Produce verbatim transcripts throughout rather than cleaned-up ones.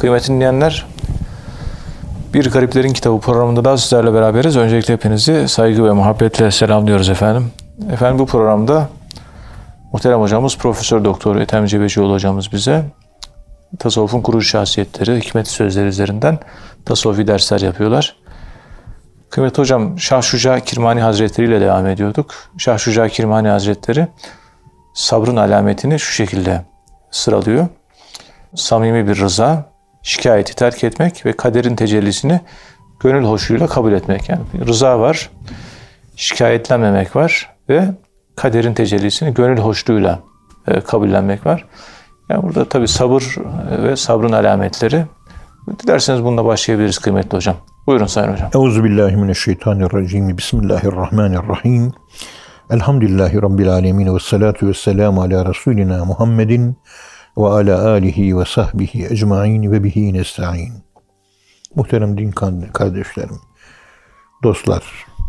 Kıymetli dinleyenler, Bir Gariplerin Kitabı programında da sizlerle beraberiz. Öncelikle hepinizi saygı ve muhabbetle selamlıyoruz efendim. Efendim bu programda muhterem hocamız Profesör Doktor Ethem Cebecioğlu hocamız bize tasavvufun kurucu şahsiyetleri, hikmet sözleri üzerinden tasavvufi dersler yapıyorlar. Kıymetli hocam, Şah Şuca Kirmani Hazretleri ile devam ediyorduk. Şah Şuca Kirmani Hazretleri sabrın alametini şu şekilde sıralıyor. Samimi bir rıza, şikayeti terk etmek ve kaderin tecellisini gönül hoşluğuyla kabul etmek. Yani rıza var, şikayetlenmemek var ve kaderin tecellisini gönül hoşluğuyla e, kabullenmek var. Yani burada tabii sabır ve sabrın alametleri. Dilerseniz bununla başlayabiliriz kıymetli hocam. Buyurun Sayın Hocam. Euzubillahimineşşeytanirracim. Bismillahirrahmanirrahim. Elhamdülillahi Rabbil alemin ve salatu ve selamu ala Resulina Muhammedin ve ala alihi ve sahbihi ecmain ve bihi nesta'in. Muhterem din kardeşlerim, dostlar,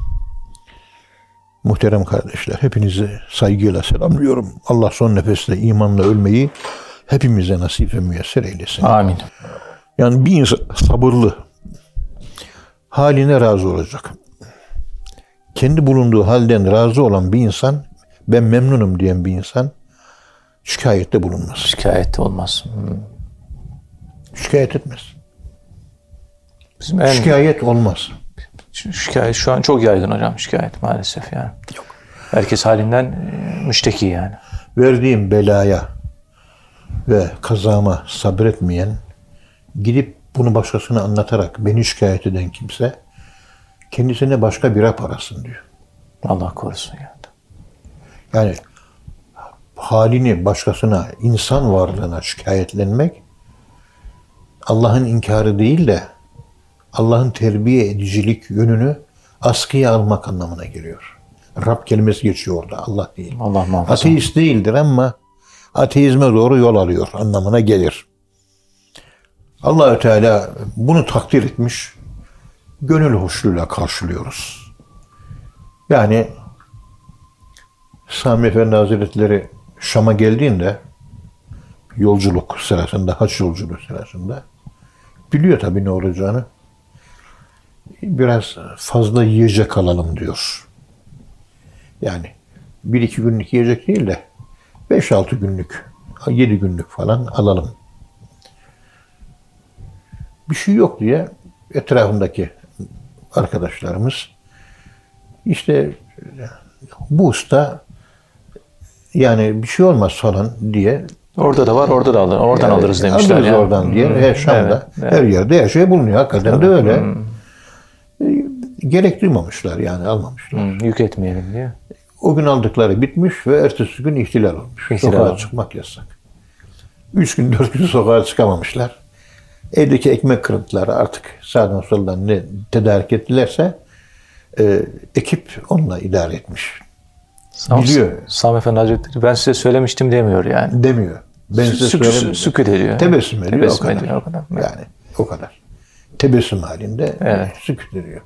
muhterem kardeşler, hepinizi saygıyla selamlıyorum. Allah son nefeste imanla ölmeyi hepimize nasip ve müyesser eylesin. Amin. Yani bir insan sabırlı, haline razı olacak. Kendi bulunduğu halden razı olan bir insan, ben memnunum diyen bir insan şikayette bulunmaz. Şikayette olmaz. Hmm. Şikayet etmez. Bizim en... Şikayet olmaz. Şikayet şu an çok yaygın hocam, şikayet maalesef yani. Yok. Herkes halinden e, müşteki yani. Verdiğim belaya ve kazama sabretmeyen, gidip bunu başkasına anlatarak beni şikayet eden kimse kendisine başka bira parasın diyor. Allah korusun yani. Yani halini başkasına, insan varlığına şikayetlenmek Allah'ın inkarı değil de Allah'ın terbiye edicilik yönünü askıya almak anlamına geliyor. Rab kelimesi geçiyor orada, Allah değil. Allah muhafaza. Ateist değildir ama ateizme doğru yol alıyor anlamına gelir. Allah-u Teala bunu takdir etmiş, gönül hoşluğuyla karşılıyoruz. Yani Sami Efendi Hazretleri Şam'a geldiğinde, yolculuk sırasında, haç yolculuğu sırasında, biliyor tabii ne olacağını. Biraz fazla yiyecek alalım diyor. Yani bir iki günlük yiyecek değil de beş altı günlük, yedi günlük falan alalım. Bir şey yok diye etrafındaki arkadaşlarımız işte bu usta yani bir şey olmaz falan diye. Orada da var, orada da alır, oradan yani, alırız demişler. Alırız ya. oradan diye. Hmm. Her Şam'da, evet, her evet. yerde her şey bulunuyor. Hakikaten Tabii. de öyle. Hmm. Gerek duymamışlar yani, almamışlar. Hmm. Yük etmeyelim diye. O gün aldıkları bitmiş ve ertesi gün ihtilal olmuş. İhtilal sokağa olmuş. Çıkmak yasak. Üç gün, dört gün sokağa çıkamamışlar. Evdeki ekmek kırıntıları artık sağdan soldan ne tedarik ettilerse e, ekip onunla idare etmiş. Sam, Biliyor. Sami Efendi Hazretleri ben size söylemiştim demiyor yani. Demiyor. Ben size Sük, söylemedim. Sükut ediyor. Tebessüm ediyor. Tebessüm o kadar. ediyor o kadar. Yani o kadar. Tebessüm halinde evet. sükut ediyor.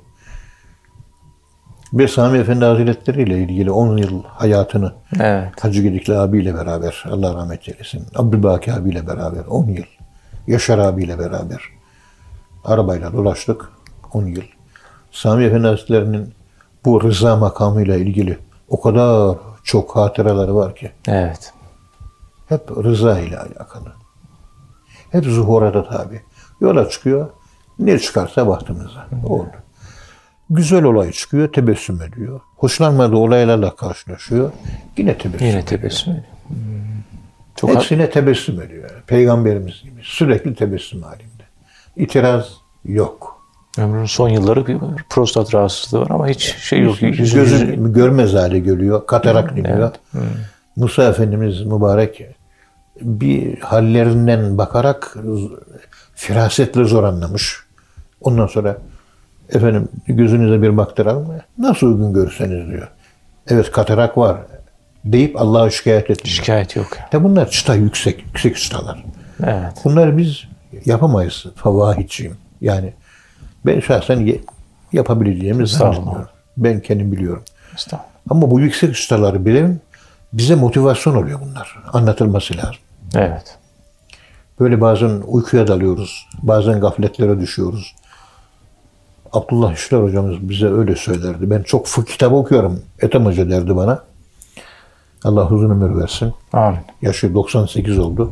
Bir Sami Efendi Hazretleri ile ilgili on yıl hayatını evet. Hacı Gedikli abiyle beraber, Allah rahmet eylesin, Abdülbaki abiyle beraber on yıl, Yaşar abiyle beraber arabayla dolaştık on yıl. Sami Efendi Hazretleri'nin bu rıza makamıyla ilgili o kadar çok hatıraları var ki. Evet. Hep rıza ile alakalı. Hep zuhurata tabi. Yola çıkıyor, ne çıkarsa bahtımıza. Oldu. Güzel olay çıkıyor, tebessüm ediyor. Hoşlanmadığı olaylarla karşılaşıyor, yine tebessüm Yine ediyor. tebessüm ediyor. Hmm. Çok Hepsine ha- tebessüm ediyor. Peygamberimiz gibi sürekli tebessüm halinde. İtiraz yok. Ömrünün son yılları bir prostat rahatsızlığı var ama hiç şey yok. Yüzü, Gözü yüzü... görmez hale geliyor, katarak dinliyor. Evet. Hmm. Musa Efendimiz mübarek bir hallerinden bakarak firasetle zor anlamış. Ondan sonra efendim gözünüze bir baktıralım mı? Nasıl uygun görürseniz diyor. Evet katarak var deyip Allah'a şikayet etmiyor. Şikayet yok. De bunlar çıta yüksek, yüksek çıtalar. Evet. Bunları biz yapamayız. Favahidciyim. Yani ben şahsen yapabileceğimi zannetmiyorum. Ben kendim biliyorum. Ama bu yüksek çıtaları bilen bize motivasyon oluyor bunlar. Anlatılması lazım. Evet. Böyle bazen uykuya dalıyoruz. Bazen gafletlere düşüyoruz. Abdullah Işlar hocamız bize öyle söylerdi. Ben çok fıkıh kitabı okuyorum. Ethem Hoca derdi bana. Allah uzun ömür versin. Amin. Yaşı doksan sekiz oldu.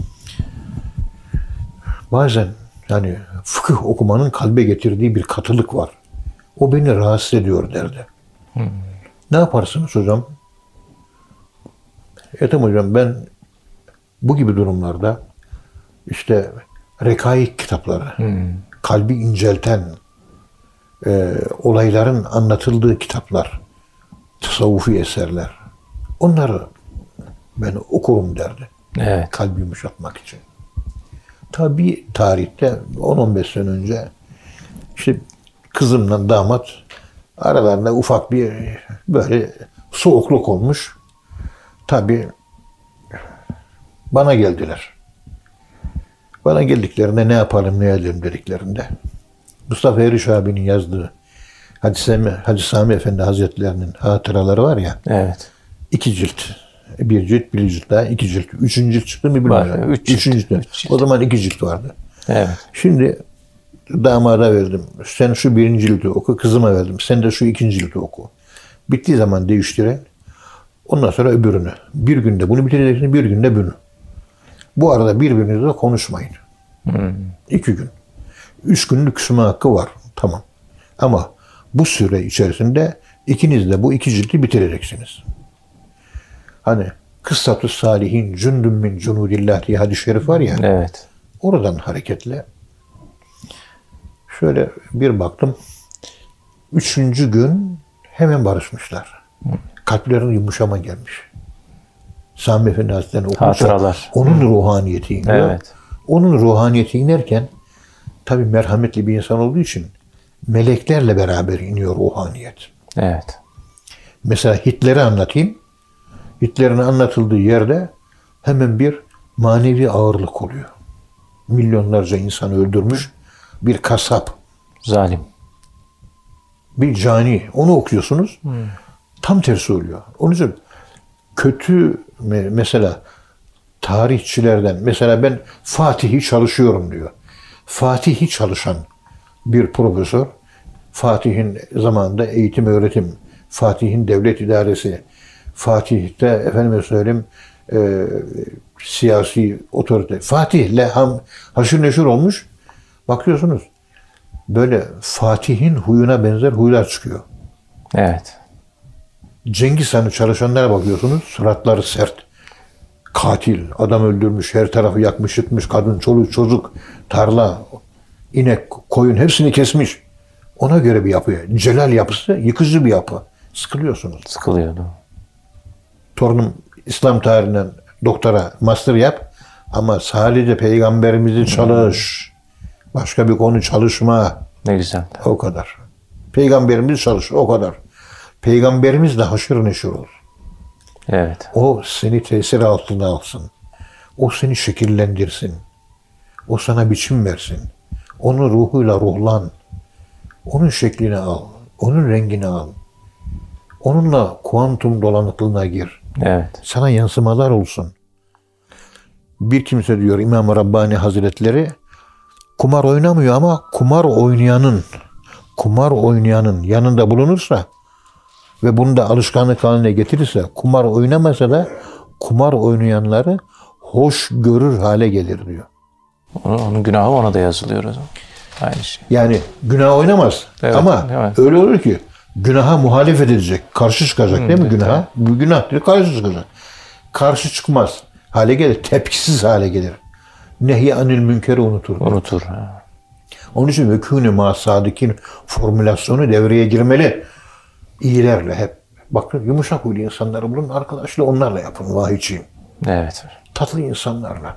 Bazen yani fıkıh okumanın kalbe getirdiği bir katılık var. O beni rahatsız ediyor derdi. Hmm. Ne yaparsınız hocam? Ethem hocam ben bu gibi durumlarda işte rekaik kitapları, hmm. kalbi incelten e, olayların anlatıldığı kitaplar, tasavvufi eserler, onları ben okurum derdi. Evet. Kalbi yumuşatmak için. Tabii tarihte on on beş sene önce işte kızımla damat aralarında ufak bir böyle soğukluk olmuş. Tabii bana geldiler. Bana geldiklerinde ne yapalım ne edelim dediklerinde Mustafa Eriş abinin yazdığı Hacı Sami, Hacı Sami Efendi Hazretlerinin hatıraları var ya. Evet. İki cilt. Bir cilt, bir cilt daha, iki cilt. Üçüncü cilt çıktı mı bilmiyorum. Üç cilt. Üçüncü cilt. Üç cilt. O zaman iki cilt vardı. Evet. Şimdi damada verdim. Sen şu birinci cildi oku. Kızıma verdim. Sen de şu ikinci cildi oku. Bittiği zaman değiştiren. Ondan sonra öbürünü. Bir günde bunu bitireceksin, bir günde bunu. Bu arada birbirinizle konuşmayın. Hmm. İki gün. Üç günlük küsme hakkı var. Tamam. Ama bu süre içerisinde ikiniz de bu iki cildi bitireceksiniz. Hani Kıssatü Salihin cündüm min cunudillah diye hadis-i şerif var ya. Evet. Oradan hareketle şöyle bir baktım. Üçüncü gün hemen barışmışlar. Kalplerine yumuşama gelmiş. Sami Efendi Hazretleri'nin okumuşlar. Hatıralar. Onun ruhaniyeti iniyor. Evet. Onun ruhaniyeti inerken tabii merhametli bir insan olduğu için meleklerle beraber iniyor ruhaniyet. Evet. Mesela Hitler'i anlatayım. Hitler'in anlatıldığı yerde hemen bir manevi ağırlık oluyor. Milyonlarca insanı öldürmüş bir kasap. Zalim. Bir cani. Onu okuyorsunuz. Hmm. Tam tersi oluyor. Onun için kötü mesela tarihçilerden mesela ben Fatih'i çalışıyorum diyor. Fatih'i çalışan bir profesör, Fatih'in zamanında eğitim öğretim, Fatih'in devlet idaresi, Fatih'te efendime söyleyeyim e, siyasi otorite. Fatih'le ham, haşır neşir olmuş. Bakıyorsunuz böyle Fatih'in huyuna benzer huylar çıkıyor. Evet. Cengiz Han'ı çalışanlara bakıyorsunuz. Suratları sert. Katil. Adam öldürmüş. Her tarafı yakmış yıkmış. Kadın, çoluk, çocuk, tarla, inek, koyun hepsini kesmiş. Ona göre bir yapı. Celal yapısı yıkıcı bir yapı. Sıkılıyorsunuz. Sıkılıyordu. Torunum İslam tarihinden doktora, master yap. Ama sadece peygamberimizi çalış. Başka bir konu çalışma. Ne güzel. O kadar. Peygamberimiz çalış. O kadar. Peygamberimiz de haşır neşir olur. Evet. O seni tesir altına alsın. O seni şekillendirsin. O sana biçim versin. Onun ruhuyla ruhlan. Onun şeklini al. Onun rengini al. Onunla kuantum dolanıklığına gir. Evet. Sana yansımalar olsun. Bir kimse diyor İmam-ı Rabbani Hazretleri kumar oynamıyor ama kumar oynayanın kumar oynayanın yanında bulunursa ve bunu da alışkanlık haline getirirse, kumar oynamasa da kumar oynayanları hoş görür hale gelir diyor. Onun, onun günahı ona da yazılıyor o zaman. Aynı şey. Yani günah oynamaz. Evet, ama evet. Öyle olur ki günaha muhalefet edecek, karşı çıkacak. Hmm, değil mi evet, günaha? Bu günah diyor, karşı çıkacak. Karşı çıkmaz hale gelir, tepkisiz hale gelir. Nehy anil münkeri unutur. Unutur. Ha. Onun için vekûnü mâ sâdikin formülasyonu devreye girmeli. İyilerle hep. Bakın yumuşak huylu insanları bulun, arkadaşlar onlarla yapın vahiyçiyim. Evet. Tatlı insanlarla.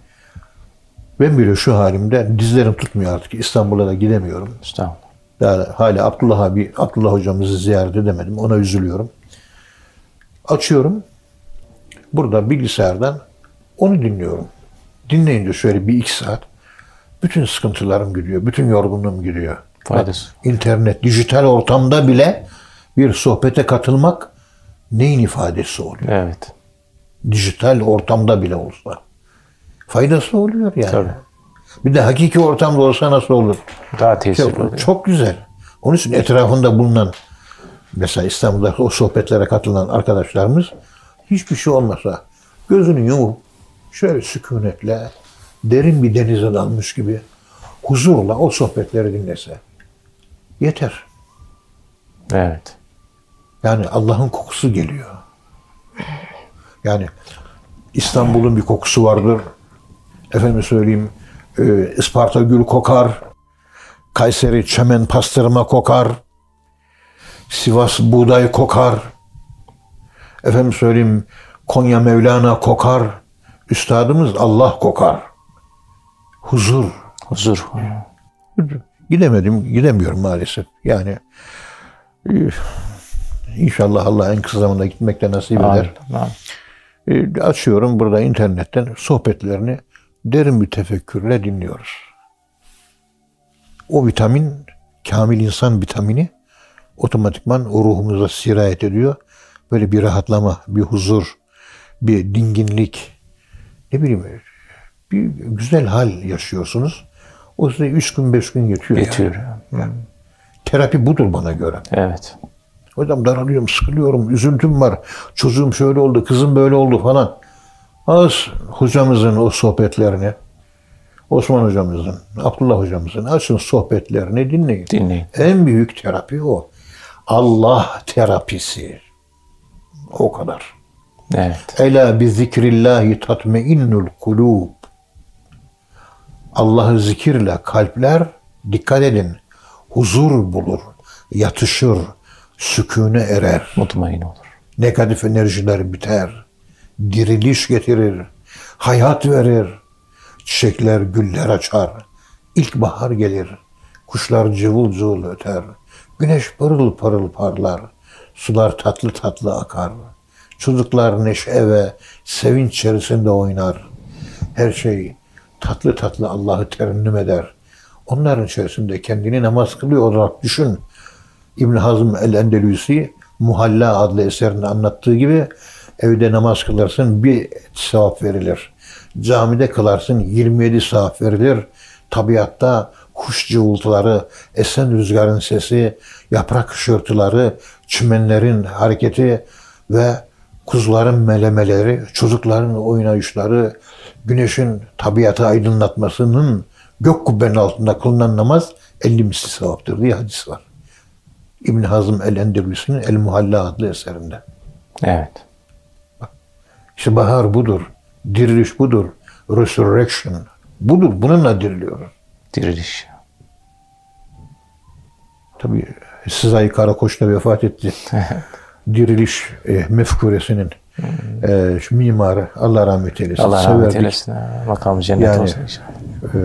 Ben bile şu halimde dizlerim tutmuyor artık. İstanbul'a da gidemiyorum. Estağfurullah. Yani hala Abdullah abi, Abdullah hocamızı ziyaret edemedim. Ona üzülüyorum. Açıyorum. Burada bilgisayardan onu dinliyorum. Dinleyince şöyle bir iki saat bütün sıkıntılarım gidiyor. Bütün yorgunluğum gidiyor. Faydası. Bak, internet, dijital ortamda bile bir sohbete katılmak neyin ifadesi oluyor? Evet. Dijital ortamda bile olsa. faydası oluyor yani. Tabii. Bir de hakiki ortamda olsa nasıl olur? Daha tesirli Çok, oluyor. çok güzel. Onun için etrafında bulunan, mesela İstanbul'da o sohbetlere katılan arkadaşlarımız hiçbir şey olmasa gözünü yumup şöyle sükunetle derin bir denize dalmış gibi huzurla o sohbetleri dinlese yeter. Evet. Yani Allah'ın kokusu geliyor. Yani İstanbul'un bir kokusu vardır. Efendim söyleyeyim, e, Isparta gül kokar. Kayseri çemen pastırma kokar. Sivas buğday kokar. Efendim söyleyeyim, Konya Mevlana kokar. Üstadımız Allah kokar. Huzur. Huzur. Gidemedim, gidemiyorum maalesef. Yani e, inşallah Allah en kısa zamanda gitmek de nasip eder. Amin. E, açıyorum burada internetten sohbetlerini derin bir tefekkürle dinliyoruz. O vitamin, kamil insan vitamini otomatikman o ruhumuza sirayet ediyor. Böyle bir rahatlama, bir huzur, bir dinginlik, ne bileyim, bir güzel hal yaşıyorsunuz. O size üç gün, beş gün yetiyor. Yetiyor. Yani. Yani. Terapi budur bana göre. Evet. Hocam daralıyorum, sıkılıyorum, üzüntüm var. Çocuğum şöyle oldu, kızım böyle oldu falan. Az hocamızın o sohbetlerini, Osman hocamızın, Abdullah hocamızın açın sohbetlerini dinleyin. Dinleyin. En büyük terapi o. Allah terapisi. O kadar. Evet. Ela bi zikrillahi tatmeinnul kulub. Allah'ı zikirle kalpler, dikkat edin, huzur bulur, yatışır, sükûne erer. Mutmain olur. Negatif enerjiler biter. Diriliş getirir. Hayat verir. Çiçekler, güller açar. İlkbahar gelir. Kuşlar cıvıl cıvıl öter. Güneş parıl parıl parlar. Sular tatlı tatlı akar. Çocuklar neşe ve sevinç içerisinde oynar. Her şey tatlı tatlı Allah'ı terennüm eder. Onların içerisinde kendini namaz kılıyor olarak düşün. İbn Hazm el-Endelüsi Muhalla adlı eserinde anlattığı gibi evde namaz kılarsın bir sevap verilir. Camide kılarsın yirmi yedi sevap verilir. Tabiatta kuş cıvıltıları, esen rüzgarın sesi, yaprak hışırtıları, çimenlerin hareketi ve kuzuların melemeleri, çocukların oynayışları, güneşin tabiatı aydınlatmasının gök kubbenin altında kılınan namaz elli misli sevaptır diye hadis var. İbn Hazm el-Endelüsi'nin El-Muhalla adlı eserinde. Evet. İşte bahar budur. Diriliş budur. Resurrection budur. Bununla diriliyoruz. Diriliş. Tabii Sezai Karakoç da vefat etti. Diriliş e, mefkuresinin e, şu mimarı. Allah rahmet eylesin. Allah rahmet Severdik. eylesin. Makamı cennet Yani, olsun inşallah. E,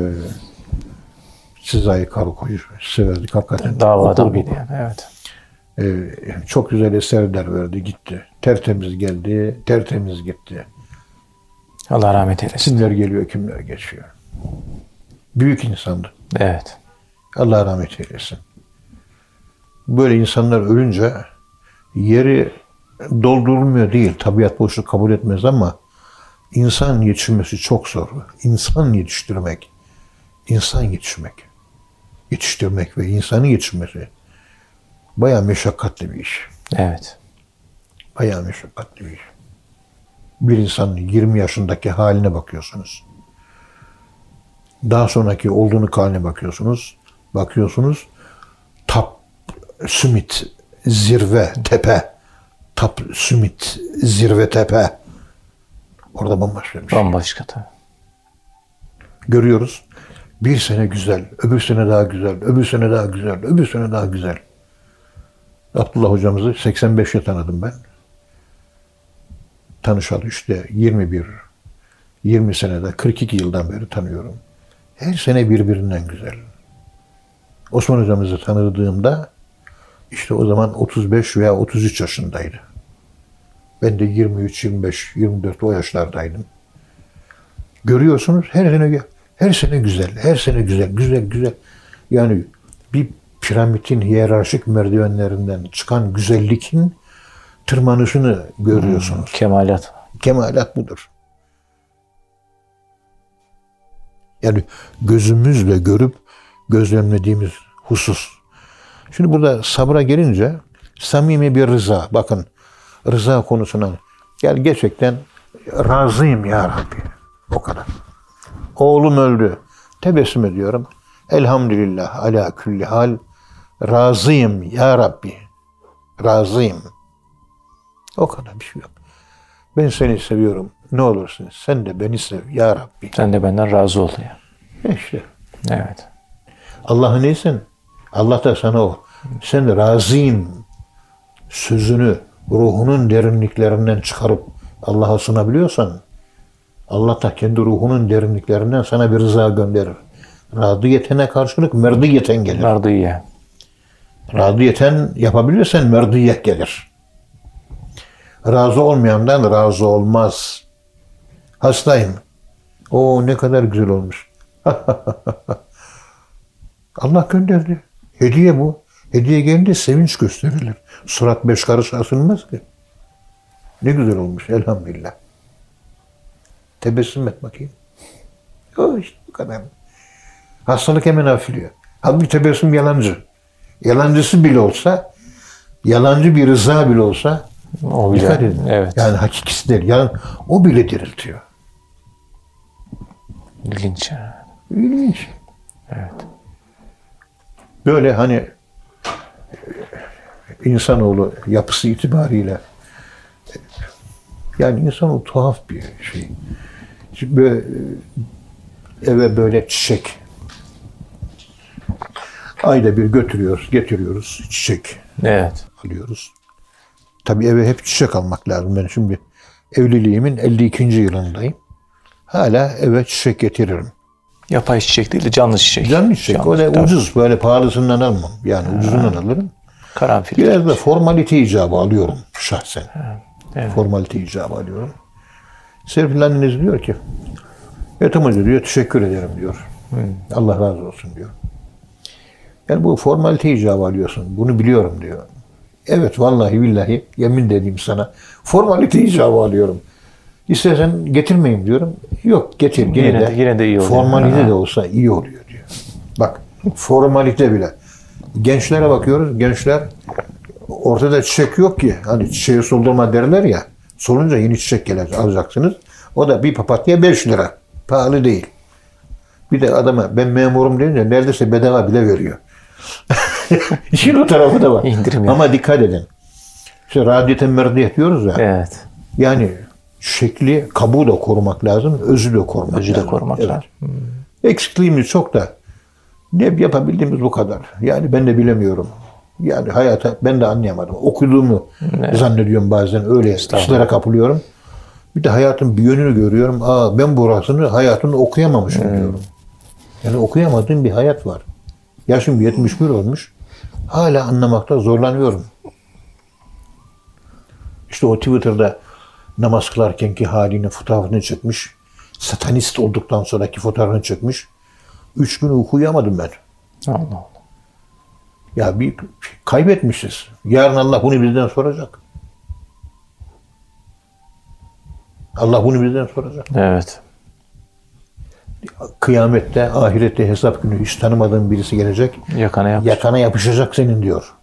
Sezai Karakoç'u severdik hakikaten. Dava Okuduk. adamıydı yani. Evet. E, çok güzel eserler verdi. Gitti. Tertemiz geldi. Tertemiz gitti. Allah rahmet eylesin. Kimler geliyor, kimler geçiyor. Büyük insandı. Evet. Allah rahmet eylesin. Böyle insanlar ölünce yeri doldurulmuyor değil. Tabiat boşluk kabul etmez ama insan yetiştirmesi çok zor. İnsan yetiştirmek, insan yetişmek, yetiştirmek ve insanı yetiştirmesi bayağı meşakkatli bir iş. Evet. Bayağı meşakkatli bir iş. Bir insanın yirmi yaşındaki haline bakıyorsunuz. Daha sonraki olgunluk haline bakıyorsunuz. Bakıyorsunuz tap, sümit, zirve, tepe. Tap, sümit, zirve, tepe. Orada bambaşka bir şey. Bambaşka tabii. Görüyoruz. Bir sene güzel, öbür sene daha güzel, öbür sene daha güzel, öbür sene daha güzel. Abdullah hocamızı seksen beşte tanıdım ben. Tanışalı işte yirmi bir, yirmi senede, kırk iki yıldan beri tanıyorum. Her sene birbirinden güzel. Osman hocamızı tanıdığımda işte o zaman otuz beş veya otuz üç yaşındaydı. Ben de yirmi üç, yirmi beş, yirmi dört o yaşlardaydım. Görüyorsunuz her sene her sene güzel, her sene güzel, güzel, güzel. Yani bir piramidin hiyerarşik merdivenlerinden çıkan güzellikin tırmanışını görüyorsunuz. Hmm, kemalat. Kemalat budur. Yani gözümüzle görüp gözlemlediğimiz husus. Şimdi burada sabra gelince samimi bir rıza. Bakın rıza konusuna gel gerçekten razıyım ya Rabbi. O kadar. Oğlum öldü. Tebessüm ediyorum. Elhamdülillah ala külli hal. Razıyım ya Rabbi. Razıyım. O kadar bir şey yok. Ben seni seviyorum. Ne olursun sen de beni sev ya Rabbi. Sen de benden razı ol ya. İşte. Evet. Allah'ın neysin? Allah da sana o. Sen de razıyım sözünü ruhunun derinliklerinden çıkarıp Allah'a sunabiliyorsan Allah da kendi ruhunun derinliklerinden sana bir rıza gönderir. Radiyetine karşılık merdiyeten gelir. Merdiye. Radiyeten yapabilirsen merdiyet gelir. Razı olmayandan razı olmaz. Hastayım. O ne kadar güzel olmuş. Allah gönderdi. Hediye bu. Hediye gelince sevinç gösterilir. Surat beş karış asılmaz ki. Ne güzel olmuş elhamdülillah. Tebessüm et bakayım. O işte bu kadar. Hastalık hemen hafifliyor. Halbuki tebessüm yalancı. Yalancısı bile olsa, yalancı bir rıza bile olsa O dikkat bile. edin. Evet. Yani hakikisi değil. Yani o bile diriltiyor. İlginç. İlginç. Evet. Böyle hani insanoğlu yapısı itibariyle yani insanoğlu tuhaf bir şey. Şimdi böyle, eve böyle çiçek ayda bir götürüyoruz, getiriyoruz çiçek Evet. alıyoruz. Tabii eve hep çiçek almak lazım. Ben şimdi evliliğimin elli ikinci yılındayım. Hala eve çiçek getiririm. Yapay çiçek değil de canlı çiçek. Canlı çiçek. Canlı, O da tabii. ucuz. Böyle pahalısından almam. Yani ucuzundan alırım. Karanfil. Biraz da formalite icabı alıyorum şahsen. Evet. Formalite icabı alıyorum. Serpil anneniz diyor ki Ethem Hoca diyor teşekkür ederim diyor. Allah razı olsun diyor. Yani bu formalite icabı alıyorsun. Bunu biliyorum diyor. Evet vallahi billahi yemin dediğim sana formalite icabı alıyorum. İstersen getirmeyeyim diyorum. Yok getir gene, Yine de, de- yine de iyi oluyor. formalite Ha. de olsa iyi oluyor diyor. Bak formalite bile. Gençlere bakıyoruz. Gençler ortada çiçek yok ki. Hani çiçeği soldurma derler ya. Solunca yeni çiçek gelecek alacaksınız. O da bir papatya beş lira. Pahalı değil. Bir de adama ben memurum deyince neredeyse bedava bile veriyor. İşin o tarafı da var. İndirim yok. Ama dikkat edin. İşte radiyeten merdiyet diyoruz ya. Evet. Yani şekli, kabuğu da korumak lazım, özü de korumak Özü de lazım. korumak Evet. lazım. Eksikliğimiz çok da ne yapabildiğimiz bu kadar. Yani ben de bilemiyorum. Yani hayata ben de anlayamadım. Okuduğumu Evet. zannediyorum bazen öyle işlere kapılıyorum. Bir de hayatın bir yönünü görüyorum. Aa ben burasını hayatını okuyamamışım Hmm. diyorum. Yani okuyamadığım bir hayat var. Yaşım yetmiş bir olmuş. Hala anlamakta zorlanıyorum. İşte o Twitter'da namaz kılarkenki halini, fotoğrafını çekmiş. Satanist olduktan sonraki fotoğrafını çekmiş. Üç gün uyku uyuyamadım ben. Allah Allah. Ya bir kaybetmişiz. Yarın Allah bunu bizden soracak. Allah bunu bizden soracak. Evet. Kıyamette, ahirette hesap günü hiç tanımadığın birisi gelecek. Yakana yap. Yakana yapışacak senin diyor.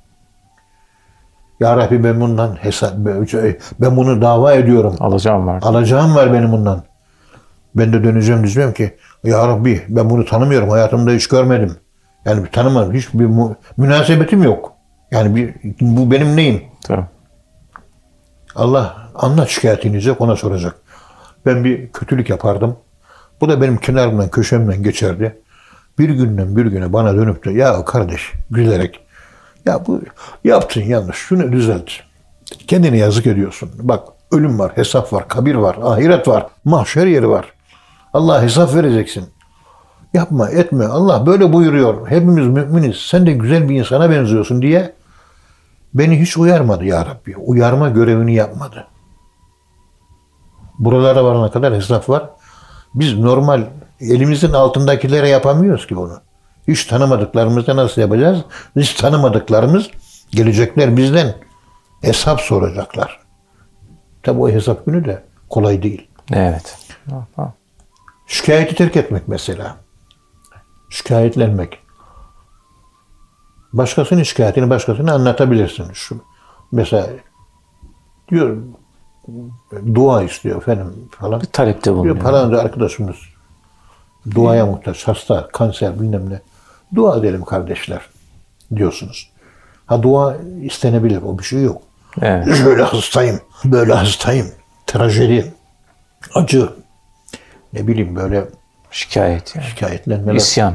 Ya Rabbi ben bundan hesap, ben bunu dava ediyorum. Alacağım var. Alacağım var benim bundan. Ben de döneceğim diyeceğim ki ya Rabbi ben bunu tanımıyorum. Hayatımda hiç görmedim. Yani tanımadım. Hiçbir mu- münasebetim yok. Yani bir, bu benim neyim? Tamam. Allah anlat şikayetini diyecek ona soracak. Ben bir kötülük yapardım. Bu da benim kenarımdan köşemden geçerdi. Bir günden bir güne bana dönüp de ya kardeş gülerek ya bu yaptın yanlış şunu düzelt. Kendine yazık ediyorsun. Bak ölüm var, hesap var, kabir var, ahiret var, mahşer yeri var. Allah hesap vereceksin. Yapma, etme. Allah böyle buyuruyor. Hepimiz müminiz. Sen de güzel bir insana benziyorsun diye beni hiç uyarmadı ya Rabbi. Uyarma görevini yapmadı. Buralara varana kadar hesap var. Biz normal elimizin altındakilere yapamıyoruz ki bunu. Hiç tanımadıklarımızda nasıl yapacağız? Hiç tanımadıklarımız gelecekler bizden hesap soracaklar. Tabi o hesap günü de kolay değil. Evet. Tamam. Şikayeti terk etmek mesela. Şikayetlenmek. Başkasının şikayetini başkasına anlatabilirsin. Şu, mesela diyor dua istiyor efendim falan. Bir talepte bulunuyor. Diyor falan da arkadaşımız duaya muhtaç, hasta, kanser bilmem ne. Dua edelim kardeşler diyorsunuz. Ha dua istenebilir, o bir şey yok. Evet. Şöyle hastayım, böyle hastayım, trajedi, acı, ne bileyim böyle Şikayet yani. şikayetlenmeler. İsyan.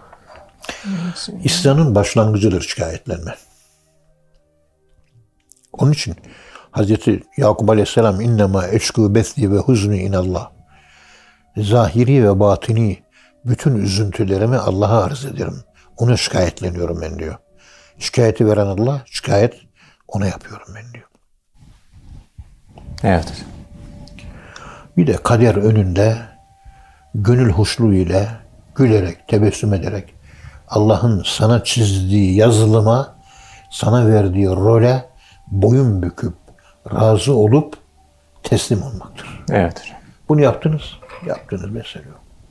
İsyanın başlangıcıdır şikayetlenme. Onun için Hazreti Yakup Aleyhisselam innema eşkû besli ve huzni inallah. Zahiri ve batini bütün üzüntülerimi Allah'a arz ederim. Ona şikayetleniyorum ben diyor. Şikayeti veren Allah, şikayet ona yapıyorum ben diyor. Evet. Bir de kader önünde gönül hoşluğu ile gülerek, tebessüm ederek Allah'ın sana çizdiği yazılıma, sana verdiği role boyun büküp, razı olup teslim olmaktır. Evet. Bunu yaptınız, yaptınız mesela.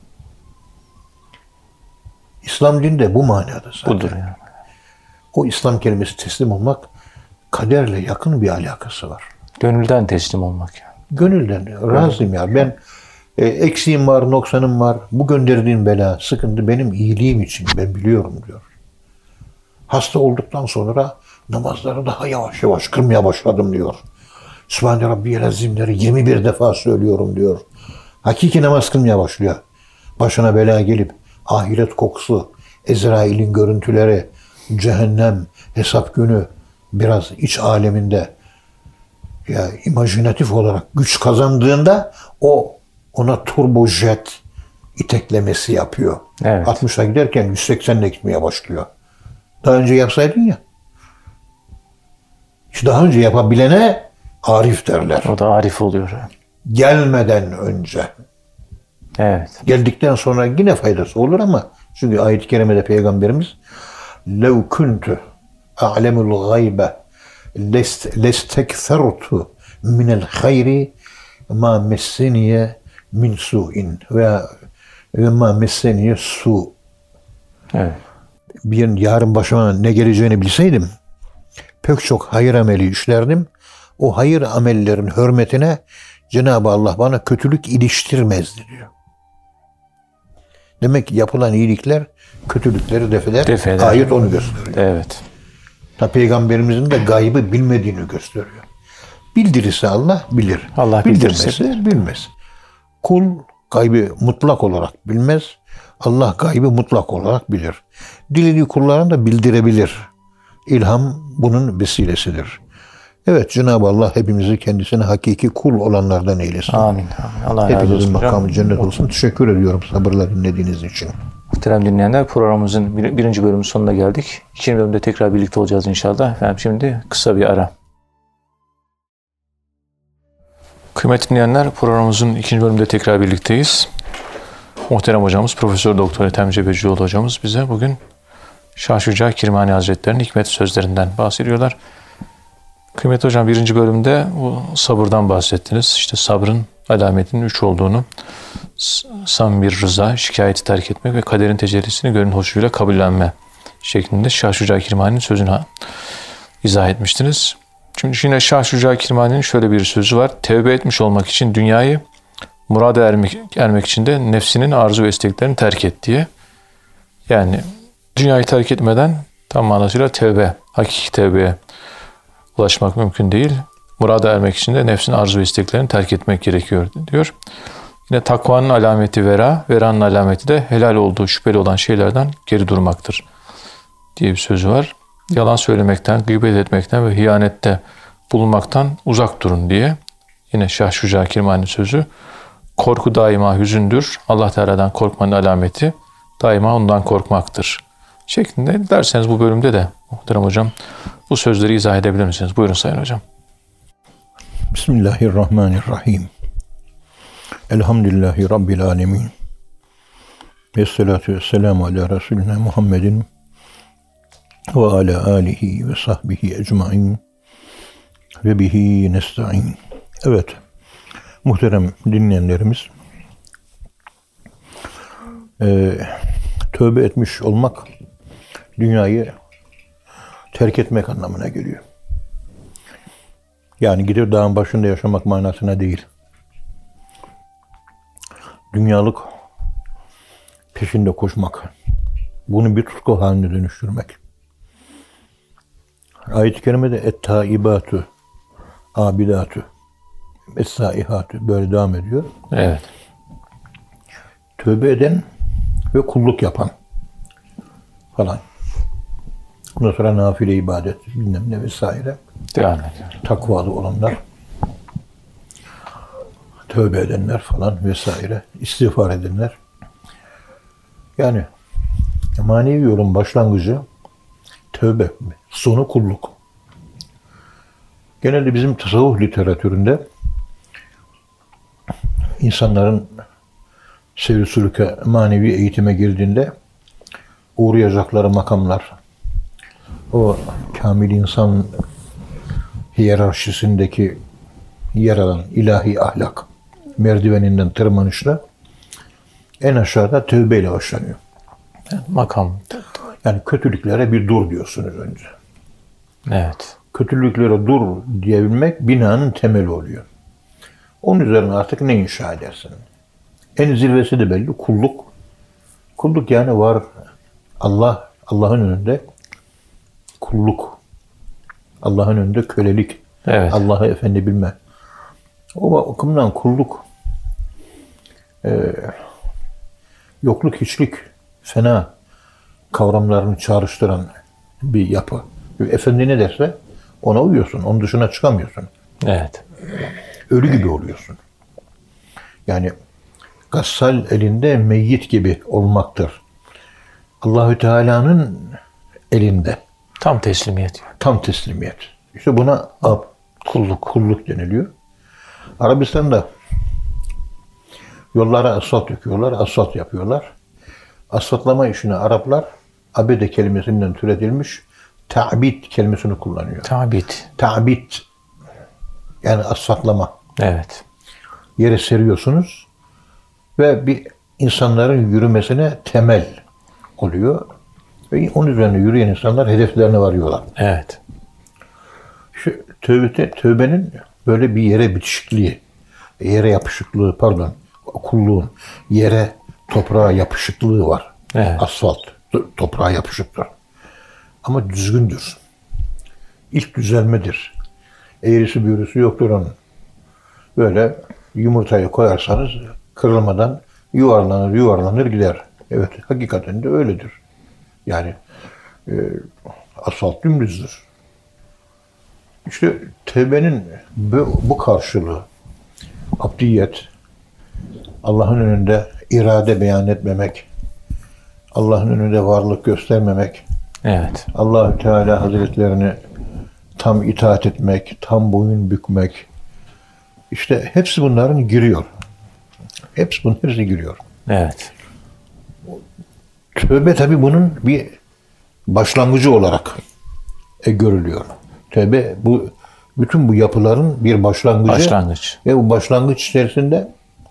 İslam dini de bu manada zaten. Budur yani. O İslam kelimesi teslim olmak, kaderle yakın bir alakası var. Gönülden teslim olmak yani. Gönülden razıyım ya. Ben e, eksiğim var, noksanım var. Bu gönderdiğin bela, sıkıntı benim iyiliğim için. Ben biliyorum diyor. Hasta olduktan sonra namazları daha yavaş yavaş kılmaya başladım diyor. Sübhane Rabbiyel Azimleri yirmi bir defa söylüyorum diyor. Hakiki namaz kılmaya başlıyor. Başına bela gelip ahiret kokusu, Ezrail'in görüntüleri, cehennem, hesap günü biraz iç aleminde ya imajinatif olarak güç kazandığında o ona turbojet iteklemesi yapıyor. Evet. altmışa giderken yüz seksenle gitmeye başlıyor. Daha önce yapsaydın ya. İşte daha önce yapabilene arif derler. O da arif oluyor. Gelmeden önce. Evet. Geldikten sonra yine faydası olur ama çünkü ayet-i kerimede Peygamberimiz لَوْ كُنْتُ أَعْلَمُ الْغَيْبَ لَسْتَكْثَرْتُ مِنَ الْخَيْرِ مَا مَسَّنِيَ مِنْ سُوءٍ veya مَا مَسَّنِيَ سُوء. Evet. Bir yarın başıma ne geleceğini bilseydim pek çok hayır ameli işlerdim. O hayır amellerin hürmetine Cenab-ı Allah bana kötülük iliştirmezdi diyor. Demek ki yapılan iyilikler kötülükleri defeder. Defeder. Ayet onu gösteriyor. Evet. Ta Peygamberimizin de gaybı bilmediğini gösteriyor. Bildirirse Allah bilir. Allah bildirmezse bildirirse bilmez. Kul gaybı mutlak olarak bilmez. Allah gaybı mutlak olarak bilir. Dilediği kullarına da bildirebilir. İlham bunun vesilesidir. Evet, Cenab-ı Allah hepimizi kendisine hakiki kul olanlardan eylesin. Amin. Amin. Allah razı Hepinizin olsun. makamı hocam. cennet olsun. Teşekkür ediyorum sabırla dinlediğiniz için. Muhterem dinleyenler, programımızın bir- birinci bölümünün sonuna geldik. İkinci bölümde tekrar birlikte olacağız inşallah. Efendim şimdi kısa bir ara. Kıymetli dinleyenler, programımızın ikinci bölümünde tekrar birlikteyiz. Muhterem hocamız Profesör Doktor Ethem Cebecioğlu hocamız bize bugün Şah Şuca Kirmani Hazretleri'nin hikmet sözlerinden bahsediyorlar. Kıymetli hocam, birinci bölümde bu sabırdan bahsettiniz. İşte sabrın alametinin üç olduğunu, sam bir rıza, şikayeti terk etmek ve kaderin tecellisini gönül hoşluğuyla kabullenme şeklinde Şah Şuca Kirmani'nin sözünü izah etmiştiniz. Şimdi yine Şah Şuca Kirmani'nin şöyle bir sözü var. Tevbe etmiş olmak için dünyayı, murada ermek, ermek için de nefsinin arzu ve isteklerini terk et diye. Yani dünyayı terk etmeden tam manasıyla tevbe, hakiki tevbeye ulaşmak mümkün değil. Murada ermek için de nefsin arzu ve isteklerini terk etmek gerekiyor diyor. Yine takvanın alameti vera, veranın alameti de helal olduğu şüpheli olan şeylerden geri durmaktır diye bir sözü var. Yalan söylemekten, gıybet etmekten ve hiyanette bulunmaktan uzak durun diye. Yine Şah Şuca Kirmani'nin sözü. Korku daima hüzündür. Allah Teala'dan korkmanın alameti daima ondan korkmaktır şeklinde. Derseniz bu bölümde de muhterem hocam bu sözleri izah edebilir misiniz? Buyurun Sayın Hocam. Bismillahirrahmanirrahim. Elhamdülillahi Rabbil alemin. Vessalatu vesselamu ala Resulina Muhammedin ve ala alihi ve sahbihi ecmain ve bihi nesta'in. Evet, muhterem dinleyenlerimiz, e, tövbe etmiş olmak dünyayı terk etmek anlamına geliyor. Yani gidip dağın başında yaşamak manasına değil. Dünyalık peşinde koşmak. Bunu bir tutku haline dönüştürmek. Ayet-i kerimede et-taibatu, abidatu, es-saihatu böyle devam ediyor. Evet. Tövbe eden ve kulluk yapan falan. Ondan sonra nafile ibadet, bilmem ne vesaire. Devam ediyor. Takvalı olanlar, tövbe edenler falan vesaire, istiğfar edenler. Yani manevi yolun başlangıcı tövbe, sonu kulluk. Genelde bizim tasavvuf literatüründe insanların seyir sülüke, manevi eğitime girdiğinde uğrayacakları makamlar, o kamil insan hiyerarşisindeki yer alan ilahi ahlak merdiveninden tırmanışla en aşağıda tövbeyle başlanıyor. Makam. Yani kötülüklere bir dur diyorsunuz önce. Evet. Kötülüklere dur diyebilmek binanın temeli oluyor. Onun üzerine artık ne inşa edersin? En zirvesi de belli, kulluk. Kulluk yani var Allah, Allah'ın önünde kulluk. Allah'ın önünde kölelik. Evet. Allah'ı efendi bilme. O bakımdan kulluk e, yokluk, hiçlik, fena kavramlarını çağrıştıran bir yapı. Efendi ne derse ona uyuyorsun. Onun dışına çıkamıyorsun. Evet. Ölü gibi oluyorsun. Yani gassal elinde meyyit gibi olmaktır. Allahü Teala'nın elinde. Tam teslimiyet. Tam teslimiyet. İşte buna ab, kulluk, kulluk deniliyor. Arabistan'da yollara asfalt döküyorlar, asfalt yapıyorlar. Asfaltlama işini Araplar abede kelimesinden türetilmiş ta'bid kelimesini kullanıyor. Ta'bid. Ta'bid yani asfaltlama. Evet. Yere seriyorsunuz ve bir insanların yürümesine temel oluyor. Ve onun üzerine yürüyen insanlar hedeflerine varıyorlar. Evet. Şu tövbe, tövbenin böyle bir yere bitişikliği, yere yapışıklığı, pardon, kulluğun yere, toprağa yapışıklığı var. Evet. Asfalt, toprağa yapışıktır. Ama düzgündür. İlk düzelmedir. Eğrisi büğrüsü yoktur onun. Böyle yumurtayı koyarsanız kırılmadan yuvarlanır yuvarlanır gider. Evet, hakikaten de öyledir. Yani e, asfalt dümdüzdür. İşte tevbenin bu, bu karşılığı, abdiyet, Allah'ın önünde irade beyan etmemek, Allah'ın önünde varlık göstermemek, Evet. Allah-u Teala Hazretlerini tam itaat etmek, tam boyun bükmek, işte hepsi bunların giriyor. Hepsi bunun hepsi giriyor. Evet. Tövbe tabii bunun bir başlangıcı olarak e, görülüyor. Tövbe bu bütün bu yapıların bir başlangıcı. Başlangıç. Ve bu başlangıç içerisinde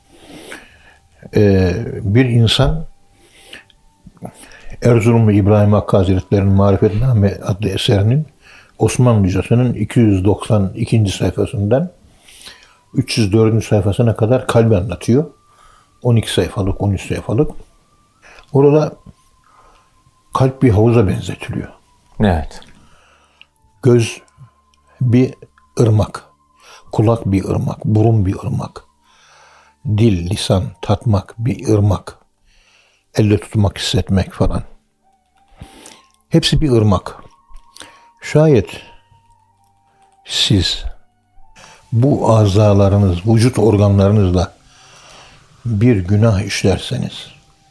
e, bir insan Erzurumlu İbrahim Hakkı Hazretleri'nin Marifetname adlı eserinin Osmanlıcasının iki yüz doksan ikinci sayfasından üç yüz dördüncü sayfasına kadar kalbi anlatıyor. on iki sayfalık, on üç sayfalık. Orada kalp bir havuza benzetiliyor. Evet. Göz bir ırmak, kulak bir ırmak, burun bir ırmak, dil, lisan, tatmak bir ırmak, elle tutmak, hissetmek falan. Hepsi bir ırmak. Şayet siz bu azalarınız, vücut organlarınızla bir günah işlerseniz,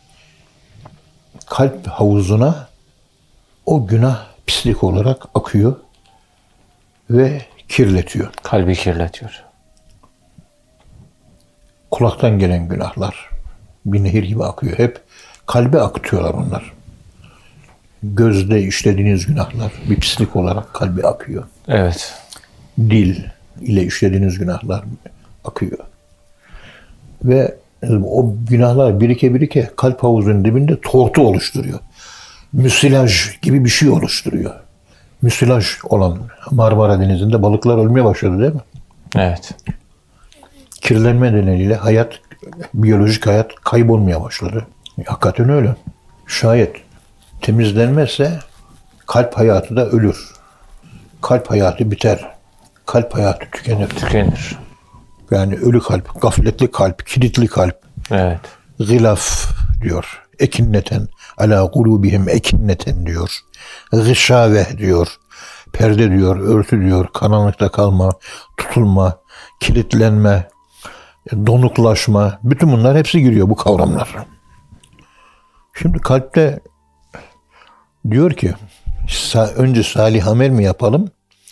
kalp havuzuna o günah pislik olarak akıyor ve kirletiyor. Kalbi kirletiyor. Kulaktan gelen günahlar bir nehir gibi akıyor. Hep kalbe akıtıyorlar onlar. Gözde işlediğiniz günahlar bir pislik olarak kalbe akıyor. Evet. Dil ile işlediğiniz günahlar akıyor. Ve o günahlar birike birike kalp havuzunun dibinde tortu oluşturuyor. Müsilaj gibi bir şey oluşturuyor. Müsilaj olan Marmara Denizi'nde balıklar ölmeye başladı değil mi? Evet. Kirlenme nedeniyle hayat, biyolojik hayat kaybolmaya başladı. Hakikaten öyle. Şayet temizlenmezse kalp hayatı da ölür. Kalp hayatı biter. Kalp hayatı tükenir. Tükenir. Yani ölü kalp, gafletli kalp, kilitli kalp. Evet. Gılaf diyor. Ekinneten. Ala kulubihim ekinneten diyor. Gışave diyor. Perde diyor, örtü diyor. Karanlıkta kalma, tutulma, kilitlenme, donuklaşma. Bütün bunlar hepsi giriyor bu kavramlar. Şimdi kalpte diyor ki önce salih amel mi yapalım?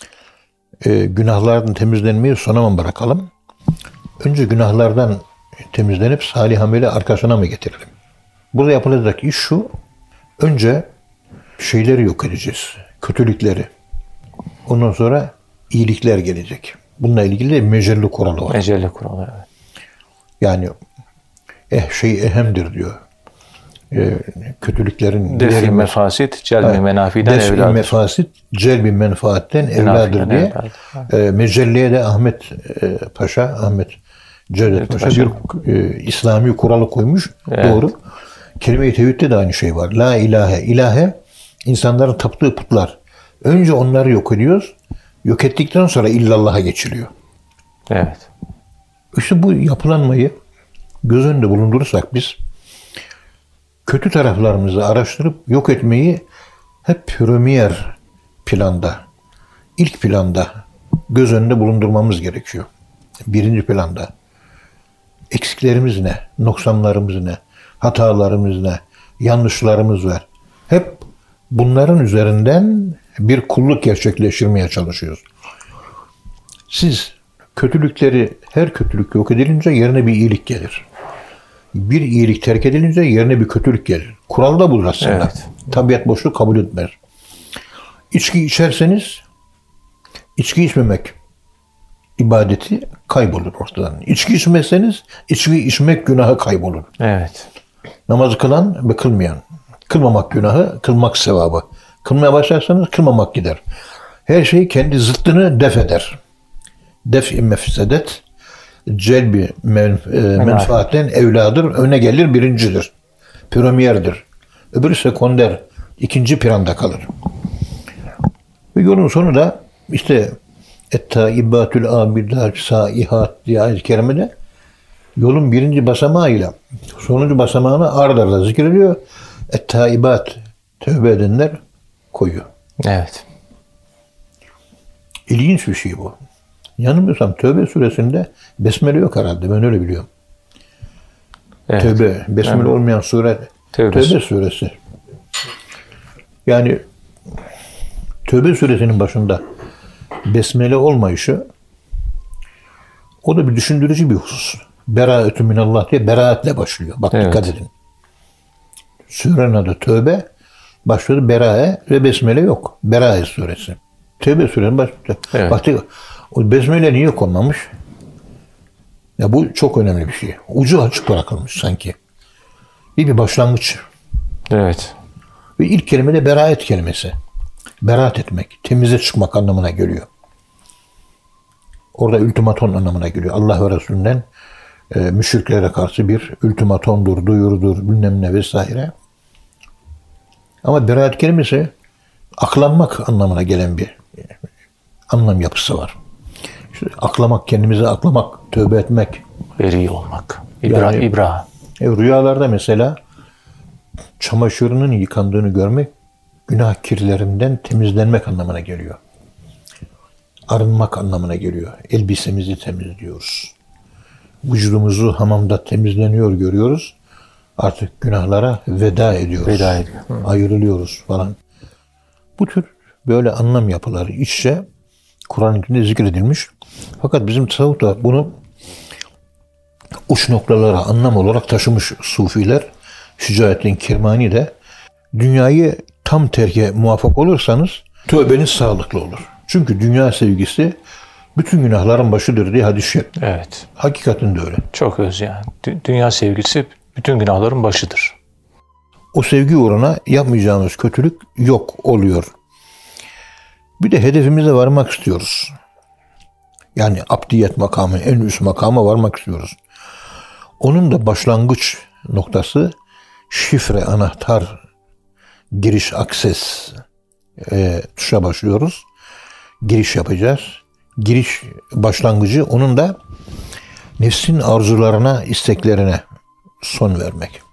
E, günahlardan temizlenmeyi sona mı bırakalım? Önce günahlardan temizlenip salih ameli arkasına mı getirelim? Burada yapılacak iş şu. Önce şeyleri yok edeceğiz. Kötülükleri. Ondan sonra iyilikler gelecek. Bununla ilgili de mecelli kuralı var. Mecelli kuralı, evet. Yani eh şey ehemdir diyor. E, kötülüklerin defi mefasit, celbi menafiden evladır. Defi mefasit, celbi menfaatten evladır diye. E, Mecelliye de Ahmet e, Paşa, Ahmet Cevdet evet, Paşa, Paşa bir e, İslami kuralı koymuş. Evet. Doğru. Kelime-i tevhidde de aynı şey var. La ilahe, ilahe insanların taptığı putlar. Önce onları yok ediyoruz. Yok ettikten sonra illallah'a geçiliyor. Evet. İşte bu yapılanmayı göz önünde bulundurursak biz kötü taraflarımızı araştırıp yok etmeyi hep premier planda, ilk planda göz önünde bulundurmamız gerekiyor. Birinci planda. Eksiklerimiz ne? Noksanlarımız ne? Hatalarımız ne? Yanlışlarımız var. Hep bunların üzerinden bir kulluk gerçekleştirmeye çalışıyoruz. Siz kötülükleri, her kötülük yok edilince yerine bir iyilik gelir. Bir iyilik terk edilince yerine bir kötülük gelir. Kural da budur aslında. Evet. Tabiat boşluğu kabul etmez. İçki içerseniz içki içmemek ibadeti kaybolur ortadan. İçki içmezseniz içki içmek günahı kaybolur. Evet. Namazı kılan ve kılmayan. Kılmamak günahı, kılmak sevabı. Kılmaya başlarsanız kılmamak gider. Her şey kendi zıttını def eder. Def-i mefsedet, celbi men, e, menfaatten evladır, öne gelir, birincidir. Premierdir. Öbürü sekonder, ikinci planda kalır. Ve yolun sonu da işte et-taibatül abidat saihat diye ayet-i kerimede yolun birinci basamağıyla sonuncu basamağını ard arda zikrediyor. Et-taibat, tövbe edenler koyuyor. Evet. İlginç bir şey bu. Yanılmıyorsam Tövbe suresinde besmele yok herhalde. Ben öyle biliyorum. Evet. Tövbe, besmele evet. olmayan sure Tövbe. Tövbe suresi. Yani Tövbe suresinin başında besmele olmayışı o da bir düşündürücü bir husus. Beraetü minallah diye beraatle başlıyor. Bak evet. Dikkat edin. Surenin adı Tövbe, başladı Berae ve besmele yok. Berae suresi. Tövbe suresinin başında. Evet. Baktık, o besmele niye konmamış? Ya bu çok önemli bir şey. Ucu açık bırakılmış sanki. İyi bir başlangıç. Evet. Ve ilk kelime de beraat kelimesi. Beraat etmek, temize çıkmak anlamına geliyor. Orada ultimaton anlamına geliyor. Allah ve Resulünden e, müşriklere karşı bir ultimatondur, duyurudur, bilmem ne vesaire. Ama beraat kelimesi aklanmak anlamına gelen bir e, anlam yapısı var. İşte aklamak, kendimize aklamak, tövbe etmek. Beri olmak. İbra, yani, ibra. E, rüyalarda mesela çamaşırının yıkandığını görmek, günah kirlerinden temizlenmek anlamına geliyor. Arınmak anlamına geliyor. Elbisemizi temizliyoruz. Vücudumuzu hamamda temizleniyor görüyoruz. Artık günahlara veda ediyoruz. Veda ediyor. Ayrılıyoruz falan. Bu tür böyle anlam yapıları işçe Kur'an-ı Kerim'de zikredilmiş. Fakat bizim tasavvuf da bunu uç noktalara anlam olarak taşımış sufiler. Şücaettin Kirmani de dünyayı tam terke muvaffak olursanız tövbeniz sağlıklı olur. Çünkü dünya sevgisi bütün günahların başıdır diye hadis-i şerif. Evet. Hakikaten de öyle. Çok öz yani. Dü- Dünya sevgisi bütün günahların başıdır. O sevgi uğruna yapmayacağımız kötülük yok oluyor. Bir de hedefimize varmak istiyoruz. Yani abdiyet makamı, en üst makama varmak istiyoruz. Onun da başlangıç noktası şifre, anahtar, giriş, akses e, tuşa başlıyoruz. Giriş yapacağız. Giriş başlangıcı onun da nefsin arzularına, isteklerine son vermek.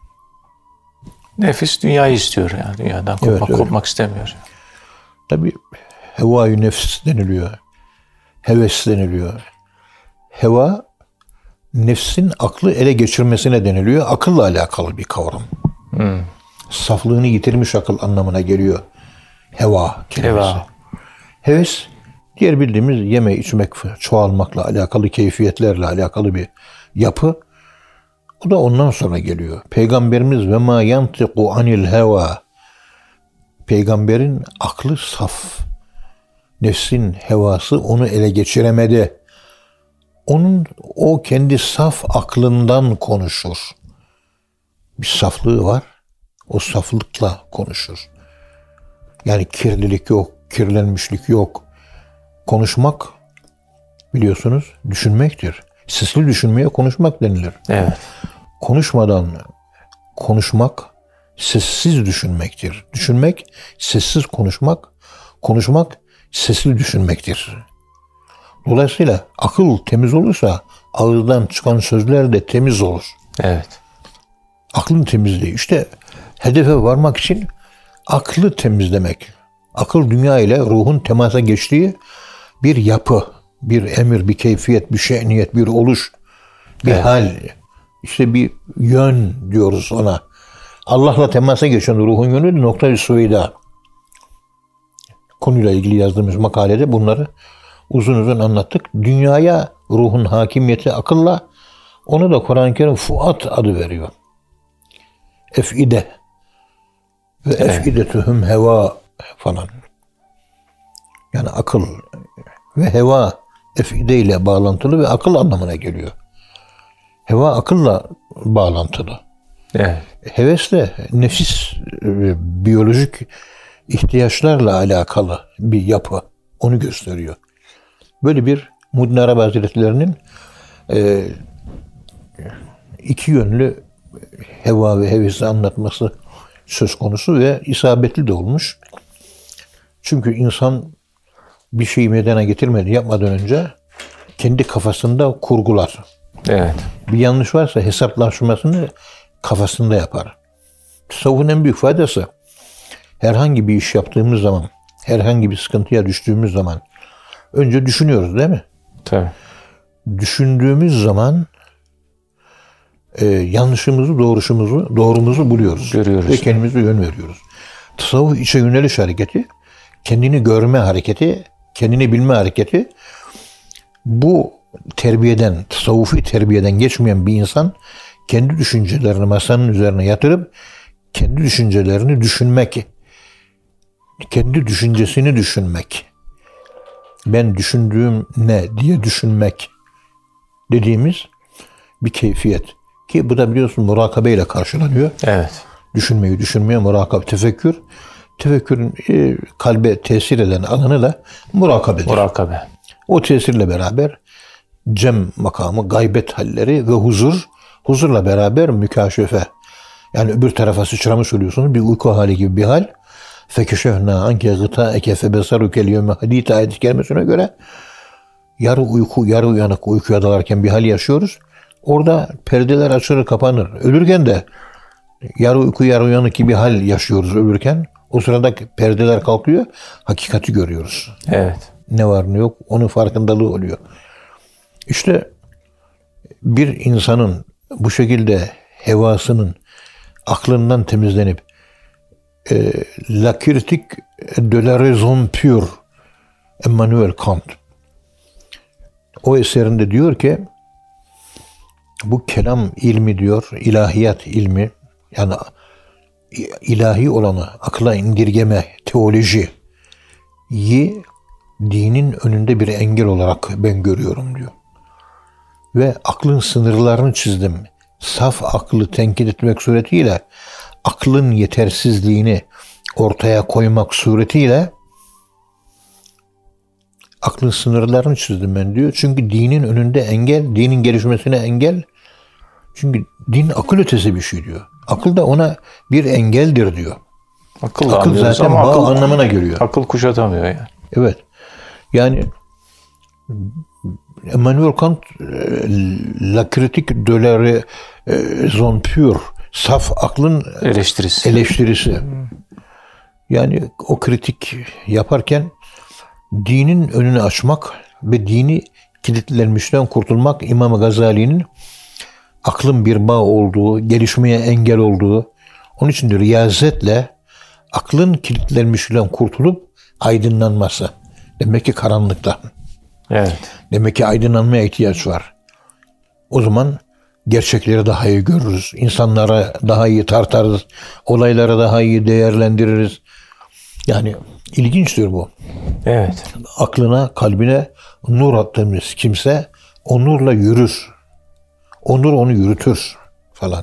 Nefis dünyayı istiyor yani. Dünyadan kopmak, Evet, kopmak istemiyor. Tabii heva-i nefs deniliyor. Heves deniliyor. Heva, nefsin aklı ele geçirmesine deniliyor. Akılla alakalı bir kavram. Hmm. Saflığını yitirmiş akıl anlamına geliyor. Heva kelimesi. Heva. Heves, diğer bildiğimiz yeme, içmek, çoğalmakla alakalı, keyfiyetlerle alakalı bir yapı. O da ondan sonra geliyor. Peygamberimiz ve ma yantiqu anil heva. Peygamberin aklı saf. Nefsin hevası onu ele geçiremedi. Onun o kendi saf aklından konuşur. Bir saflığı var. O saflıkla konuşur. Yani kirlilik yok, kirlenmişlik yok. Konuşmak biliyorsunuz düşünmektir. Sesli düşünmeye konuşmak denilir. Evet. Konuşmadan konuşmak sessiz düşünmektir. Düşünmek sessiz konuşmak, konuşmak sesli düşünmektir. Dolayısıyla akıl temiz olursa ağızdan çıkan sözler de temiz olur. Evet. Aklın temizliği. İşte hedefe varmak için aklı temizlemek. Akıl dünya ile ruhun temasa geçtiği bir yapı, bir emir, bir keyfiyet, bir şe'niyet, bir oluş, bir Evet. hal. İşte bir yön diyoruz ona. Allah'la temasa geçen ruhun yönü de nokta-i suida. Konuyla ilgili yazdığımız makalede bunları uzun uzun anlattık. Dünyaya ruhun hakimiyeti akılla, onu da Kur'an-ı Kerim fuat adı veriyor. Ef'ide ve Evet. ef'idetühüm heva falan. Yani akıl ve heva ef'ide ile bağlantılı ve akıl anlamına geliyor. Heva akılla bağlantılı. Evet. Hevesle nefis, e, biyolojik ihtiyaçlarla alakalı bir yapı. Onu gösteriyor. Böyle bir Muhyiddin Arabi Hazretleri'nin e, iki yönlü heva ve hevesi anlatması söz konusu ve isabetli de olmuş. Çünkü insan bir şeyi meydana getirmedi, yapmadan önce kendi kafasında kurgular. Evet. Bir yanlış varsa hesaplaşmasını kafasında yapar. Tasavvufun en büyük faydası, herhangi bir iş yaptığımız zaman, herhangi bir sıkıntıya düştüğümüz zaman önce düşünüyoruz değil mi? Tabii. Düşündüğümüz zaman e, yanlışımızı, doğruşumuzu, doğrumuzu buluyoruz. Görüyoruz. Ve kendimize yön veriyoruz. Tasavvuf içe yöneliş hareketi, kendini görme hareketi, kendini bilme hareketi. Bu terbiyeden, tasavvufi terbiyeden geçmeyen bir insan kendi düşüncelerini masanın üzerine yatırıp kendi düşüncelerini düşünmek, kendi düşüncesini düşünmek, ben düşündüğüm ne diye düşünmek dediğimiz bir keyfiyet. Ki bu da biliyorsun murakabe ile karşılanıyor. Evet. Düşünmeyi düşünmeye murakabe, tefekkür. Tefekkürün e, kalbe tesir eden alanı da murakabedir. Murakabe. O tesirle beraber cem makamı, gaybet halleri ve huzur, huzurla beraber mükaşefe. Yani öbür tarafa sıçramış oluyorsunuz. Bir uyku hali gibi bir hal. Fekeşehna anke gıtaeke febesaruke liyevme hadît ayet-i kerimesine göre yarı uyku, yarı uyanık uykuya dalarken bir hal yaşıyoruz. Orada perdeler açılır, kapanır. Ölürken de yarı uyku, yarı uyanık gibi bir hal yaşıyoruz ölürken. O sırada perdeler kalkıyor, hakikati görüyoruz. Evet. Ne var ne yok onun farkındalığı oluyor. İşte bir insanın bu şekilde hevasının aklından temizlenip e, La critique de la raison pure Immanuel Kant o eserinde diyor ki bu kelam ilmi diyor, ilahiyat ilmi, yani ilahi olanı akla indirgeme teolojiyi dinin önünde bir engel olarak ben görüyorum diyor. Ve aklın sınırlarını çizdim. Saf aklı tenkit etmek suretiyle aklın yetersizliğini ortaya koymak suretiyle aklın sınırlarını çizdim ben diyor. Çünkü dinin önünde engel, dinin gelişmesine engel. Çünkü din akıl ötesi bir şey diyor. Akıl da ona bir engeldir diyor. Akıl, akıl zaten ama bağ akıl, anlamına geliyor. Akıl kuşatamıyor yani. Evet. Yani Emmanuel Kant la critique de la raison pure, saf aklın eleştirisi. eleştirisi. Yani o kritik yaparken dinin önünü açmak ve dini kilitlenmişten kurtulmak İmam Gazali'nin aklın bir bağ olduğu, gelişmeye engel olduğu, onun için de riyazetle aklın kilitlenmişten kurtulup aydınlanması. Demek ki karanlıkta. Evet. Demek ki aydınlanmaya ihtiyaç var. O zaman gerçekleri daha iyi görürüz. İnsanlara daha iyi tartarız. Olayları daha iyi değerlendiririz. Yani ilginçtir bu. Evet. Aklına, kalbine nur attığımız kimse o nurla yürür. O nur onu yürütür falan.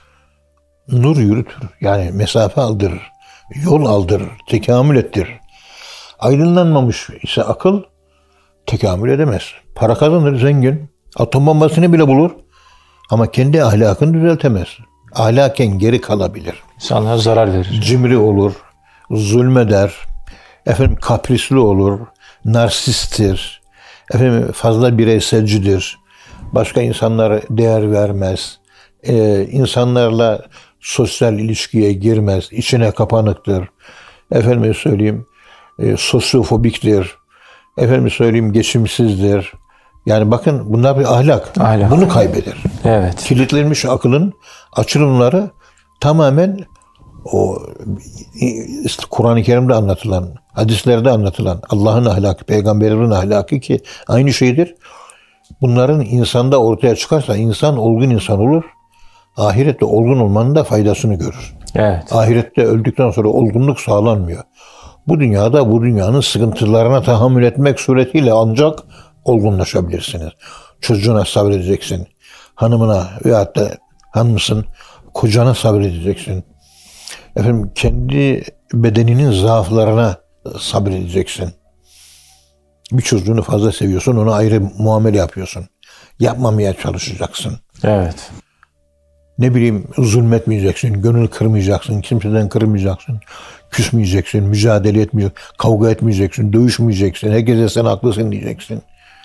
Nur yürütür. Yani mesafe aldırır. Yol aldırır. Tekamül ettirir. Aydınlanmamış ise akıl tekamül edemez. Para kazanır, zengin. Atom bombasını bile bulur. Ama kendi ahlakını düzeltemez. Ahlaken geri kalabilir. İnsanlara zarar verir. Cimri olur. Zulmeder. Efendim kaprisli olur. Narsisttir. Efendim fazla bireyselcidir. Başka insanlara değer vermez. Ee, insanlarla sosyal ilişkiye girmez. İçine kapanıktır. Efendim söyleyeyim e, sosyofobiktir. Efendim söyleyeyim geçimsizdir. Yani bakın bunlar bir ahlak. Ahlak. Bunu kaybeder. Evet. Kilitlenmiş akılın açılımları tamamen o işte Kur'an-ı Kerim'de anlatılan, hadislerde anlatılan Allah'ın ahlakı, peygamberlerin ahlakı ki aynı şeydir. Bunların insanda ortaya çıkarsa insan olgun insan olur. Ahirette olgun olmanın da faydasını görür. Evet. Ahirette öldükten sonra olgunluk sağlanmıyor. Bu dünyada bu dünyanın sıkıntılarına tahammül etmek suretiyle ancak olgunlaşabilirsiniz. Çocuğuna sabredeceksin. Hanımına veyahut da hanımsın, kocana sabredeceksin. Efendim kendi bedeninin zaaflarına sabredeceksin. Bir çocuğunu fazla seviyorsun, ona ayrı muamele yapıyorsun. Yapmamaya çalışacaksın. Evet. Ne bileyim zulmetmeyeceksin, gönül kırmayacaksın, kimseden kırmayacaksın, küsmeyeceksin, mücadele etmeyeceksin, kavga etmeyeceksin, dövüşmeyeceksin, herkese sen haklısın diyeceksin.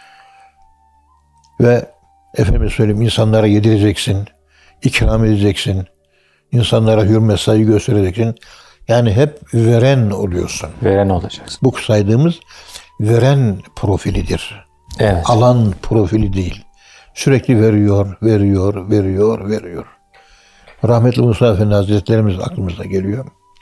Ve efendim söyleyeyim insanlara yedireceksin, ikram edeceksin, insanlara hürmet saygı göstereceksin. Yani hep veren oluyorsun. Veren olacaksın. Bu saydığımız veren profilidir. Evet. Alan profili değil. Sürekli veriyor, veriyor, veriyor, veriyor. Rahmetli Musa Efendi Hazretlerimiz aklımıza geliyor.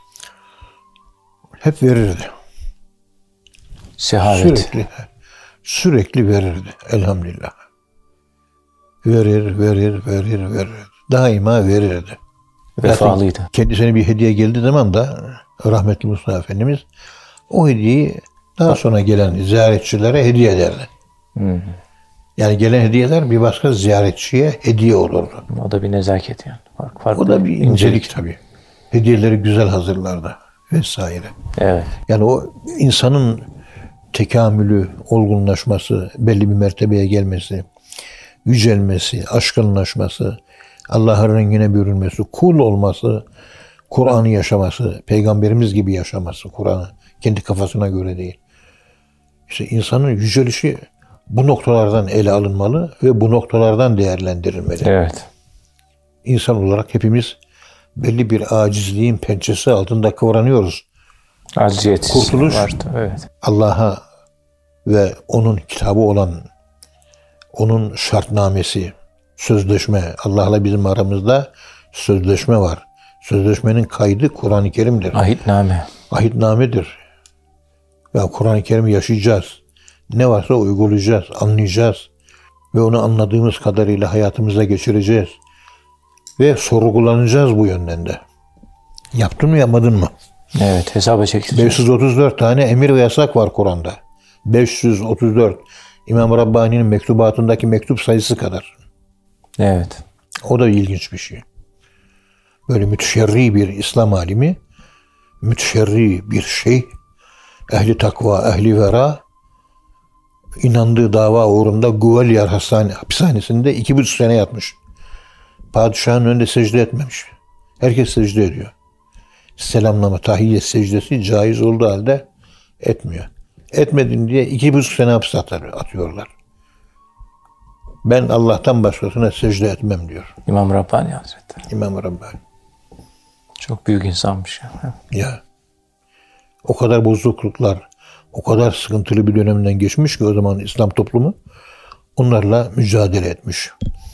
Hep verirdi. Sehavet. Sürekli, sürekli verirdi. Elhamdülillah. Verir, verir, verir, verir. Daima verirdi. Vefalıydı. Zaten kendisine bir hediye geldiği zaman da rahmetli Musa Efendimiz o hediyeyi daha sonra gelen ziyaretçilere hediye ederdi. Hı. Yani gelen hediyeler bir başka ziyaretçiye hediye olurdu. O da bir nezaket yani. Fark, farklı O da bir incelik tabii. Hediyeleri güzel hazırlardı vesaire. Evet. Yani o insanın tekamülü, olgunlaşması, belli bir mertebeye gelmesi, yücelmesi, aşkınlaşması, Allah'ın rengine bürünmesi, kul olması, Kur'an'ı yaşaması, peygamberimiz gibi yaşaması, Kur'an'ı kendi kafasına göre değil. İşte insanın yücelişi bu noktalardan ele alınmalı ve bu noktalardan değerlendirilmeli. Evet. İnsan olarak hepimiz belli bir acizliğin pençesi altında kıvranıyoruz. Aciziyetsiz. Kurtuluş vardı. Evet. Allah'a ve onun kitabı olan, onun şartnamesi, sözleşme, Allah'la bizim aramızda sözleşme var. Sözleşmenin kaydı Kur'an-ı Kerim'dir. Ahitname. Ahitnamedir. Ya Kur'an-ı Kerim'i yaşayacağız. Ne varsa uygulayacağız, anlayacağız. Ve onu anladığımız kadarıyla hayatımıza geçireceğiz. Ve sorgulanacağız bu yönden de. Yaptın mı yapmadın mı? Evet, hesaba çekileceğiz. beş yüz otuz dört tane emir ve yasak var Kur'an'da. beş yüz otuz dört İmam Rabbani'nin mektubatındaki mektup sayısı kadar. Evet. O da ilginç bir şey. Böyle müteşerri bir İslam alimi, müteşerri bir şey, ehli takva, ehli vera, inandığı dava uğrunda Guvalyar hastane, hapishanesinde iki buçuk sene yatmış. Padişahın önünde secde etmemiş. Herkes secde ediyor. Selamlama, tahiyye secdesi caiz olduğu halde etmiyor. Etmedin diye iki buçuk sene hapse atıyorlar. Ben Allah'tan başkasına secde etmem diyor. İmam Rabbani Hazretleri. İmam Rabbani. Çok büyük insanmış ya. Ya. O kadar bozukluklar, o kadar sıkıntılı bir dönemden geçmiş ki o zaman İslam toplumu onlarla mücadele etmiş.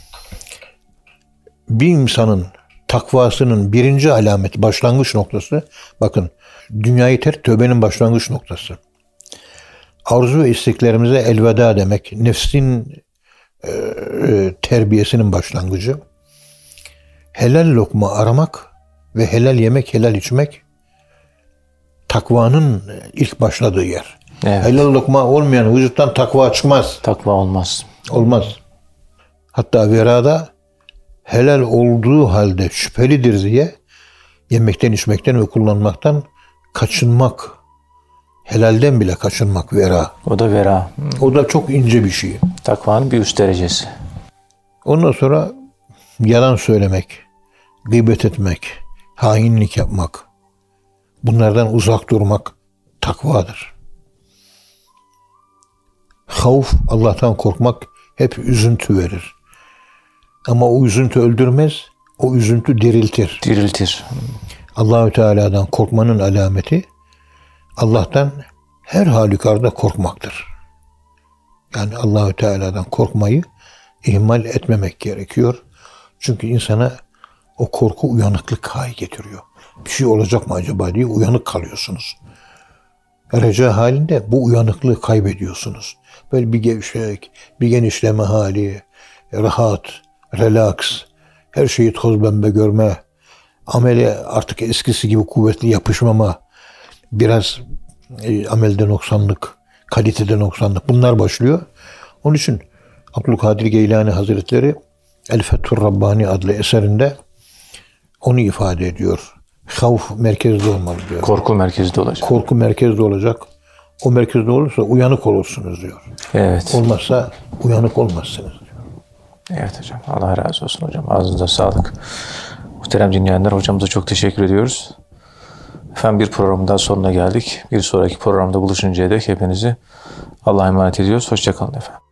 Bir insanın takvasının birinci alameti, başlangıç noktası, bakın, dünyayı terk tövbenin başlangıç noktası. Arzu ve isteklerimize elveda demek, nefsin e, terbiyesinin başlangıcı. Helal lokma aramak ve helal yemek, helal içmek takvanın ilk başladığı yer. Evet. Helal lokma olmayan vücuttan takva çıkmaz. Takva olmaz. Olmaz. Hatta verada helal olduğu halde şüphelidir diye yemekten, içmekten ve kullanmaktan kaçınmak. Helalden bile kaçınmak vera. O da vera. O da çok ince bir şey. Takvanın bir üst derecesi. Ondan sonra yalan söylemek, gıybet etmek, hainlik yapmak, bunlardan uzak durmak takvadır. Havf, Allah'tan korkmak hep üzüntü verir. Ama o üzüntü öldürmez, o üzüntü diriltir. Diriltir. Allahü Teala'dan korkmanın alameti Allah'tan her halükarda korkmaktır. Yani Allahü Teala'dan korkmayı ihmal etmemek gerekiyor. Çünkü insana o korku uyanıklık hali getiriyor. Bir şey olacak mı acaba diye uyanık kalıyorsunuz. Reca halinde bu uyanıklığı kaybediyorsunuz. Böyle bir gevşek, bir genişleme hali, rahat, relax, her şeyi toz pembe görme, amele artık eskisi gibi kuvvetli yapışmama, biraz e, amelde noksanlık, kalitede noksanlık, bunlar başlıyor. Onun için Abdülkadir Geylani Hazretleri El Fethur Rabbani adlı eserinde onu ifade ediyor. Havf merkezde olmalı diyor. Korku merkezde olacak. Korku merkezde olacak. O merkezde olursa uyanık olursunuz diyor. Evet. Olmazsa uyanık olmazsınız diyor. Evet hocam. Allah razı olsun hocam. Ağzınıza sağlık. Muhterem dinleyenler, hocamıza çok teşekkür ediyoruz. Efendim, bir programın daha sonuna geldik. Bir sonraki programda buluşuncaya dek hepinizi Allah'a emanet ediyoruz. Hoşça kalın efendim.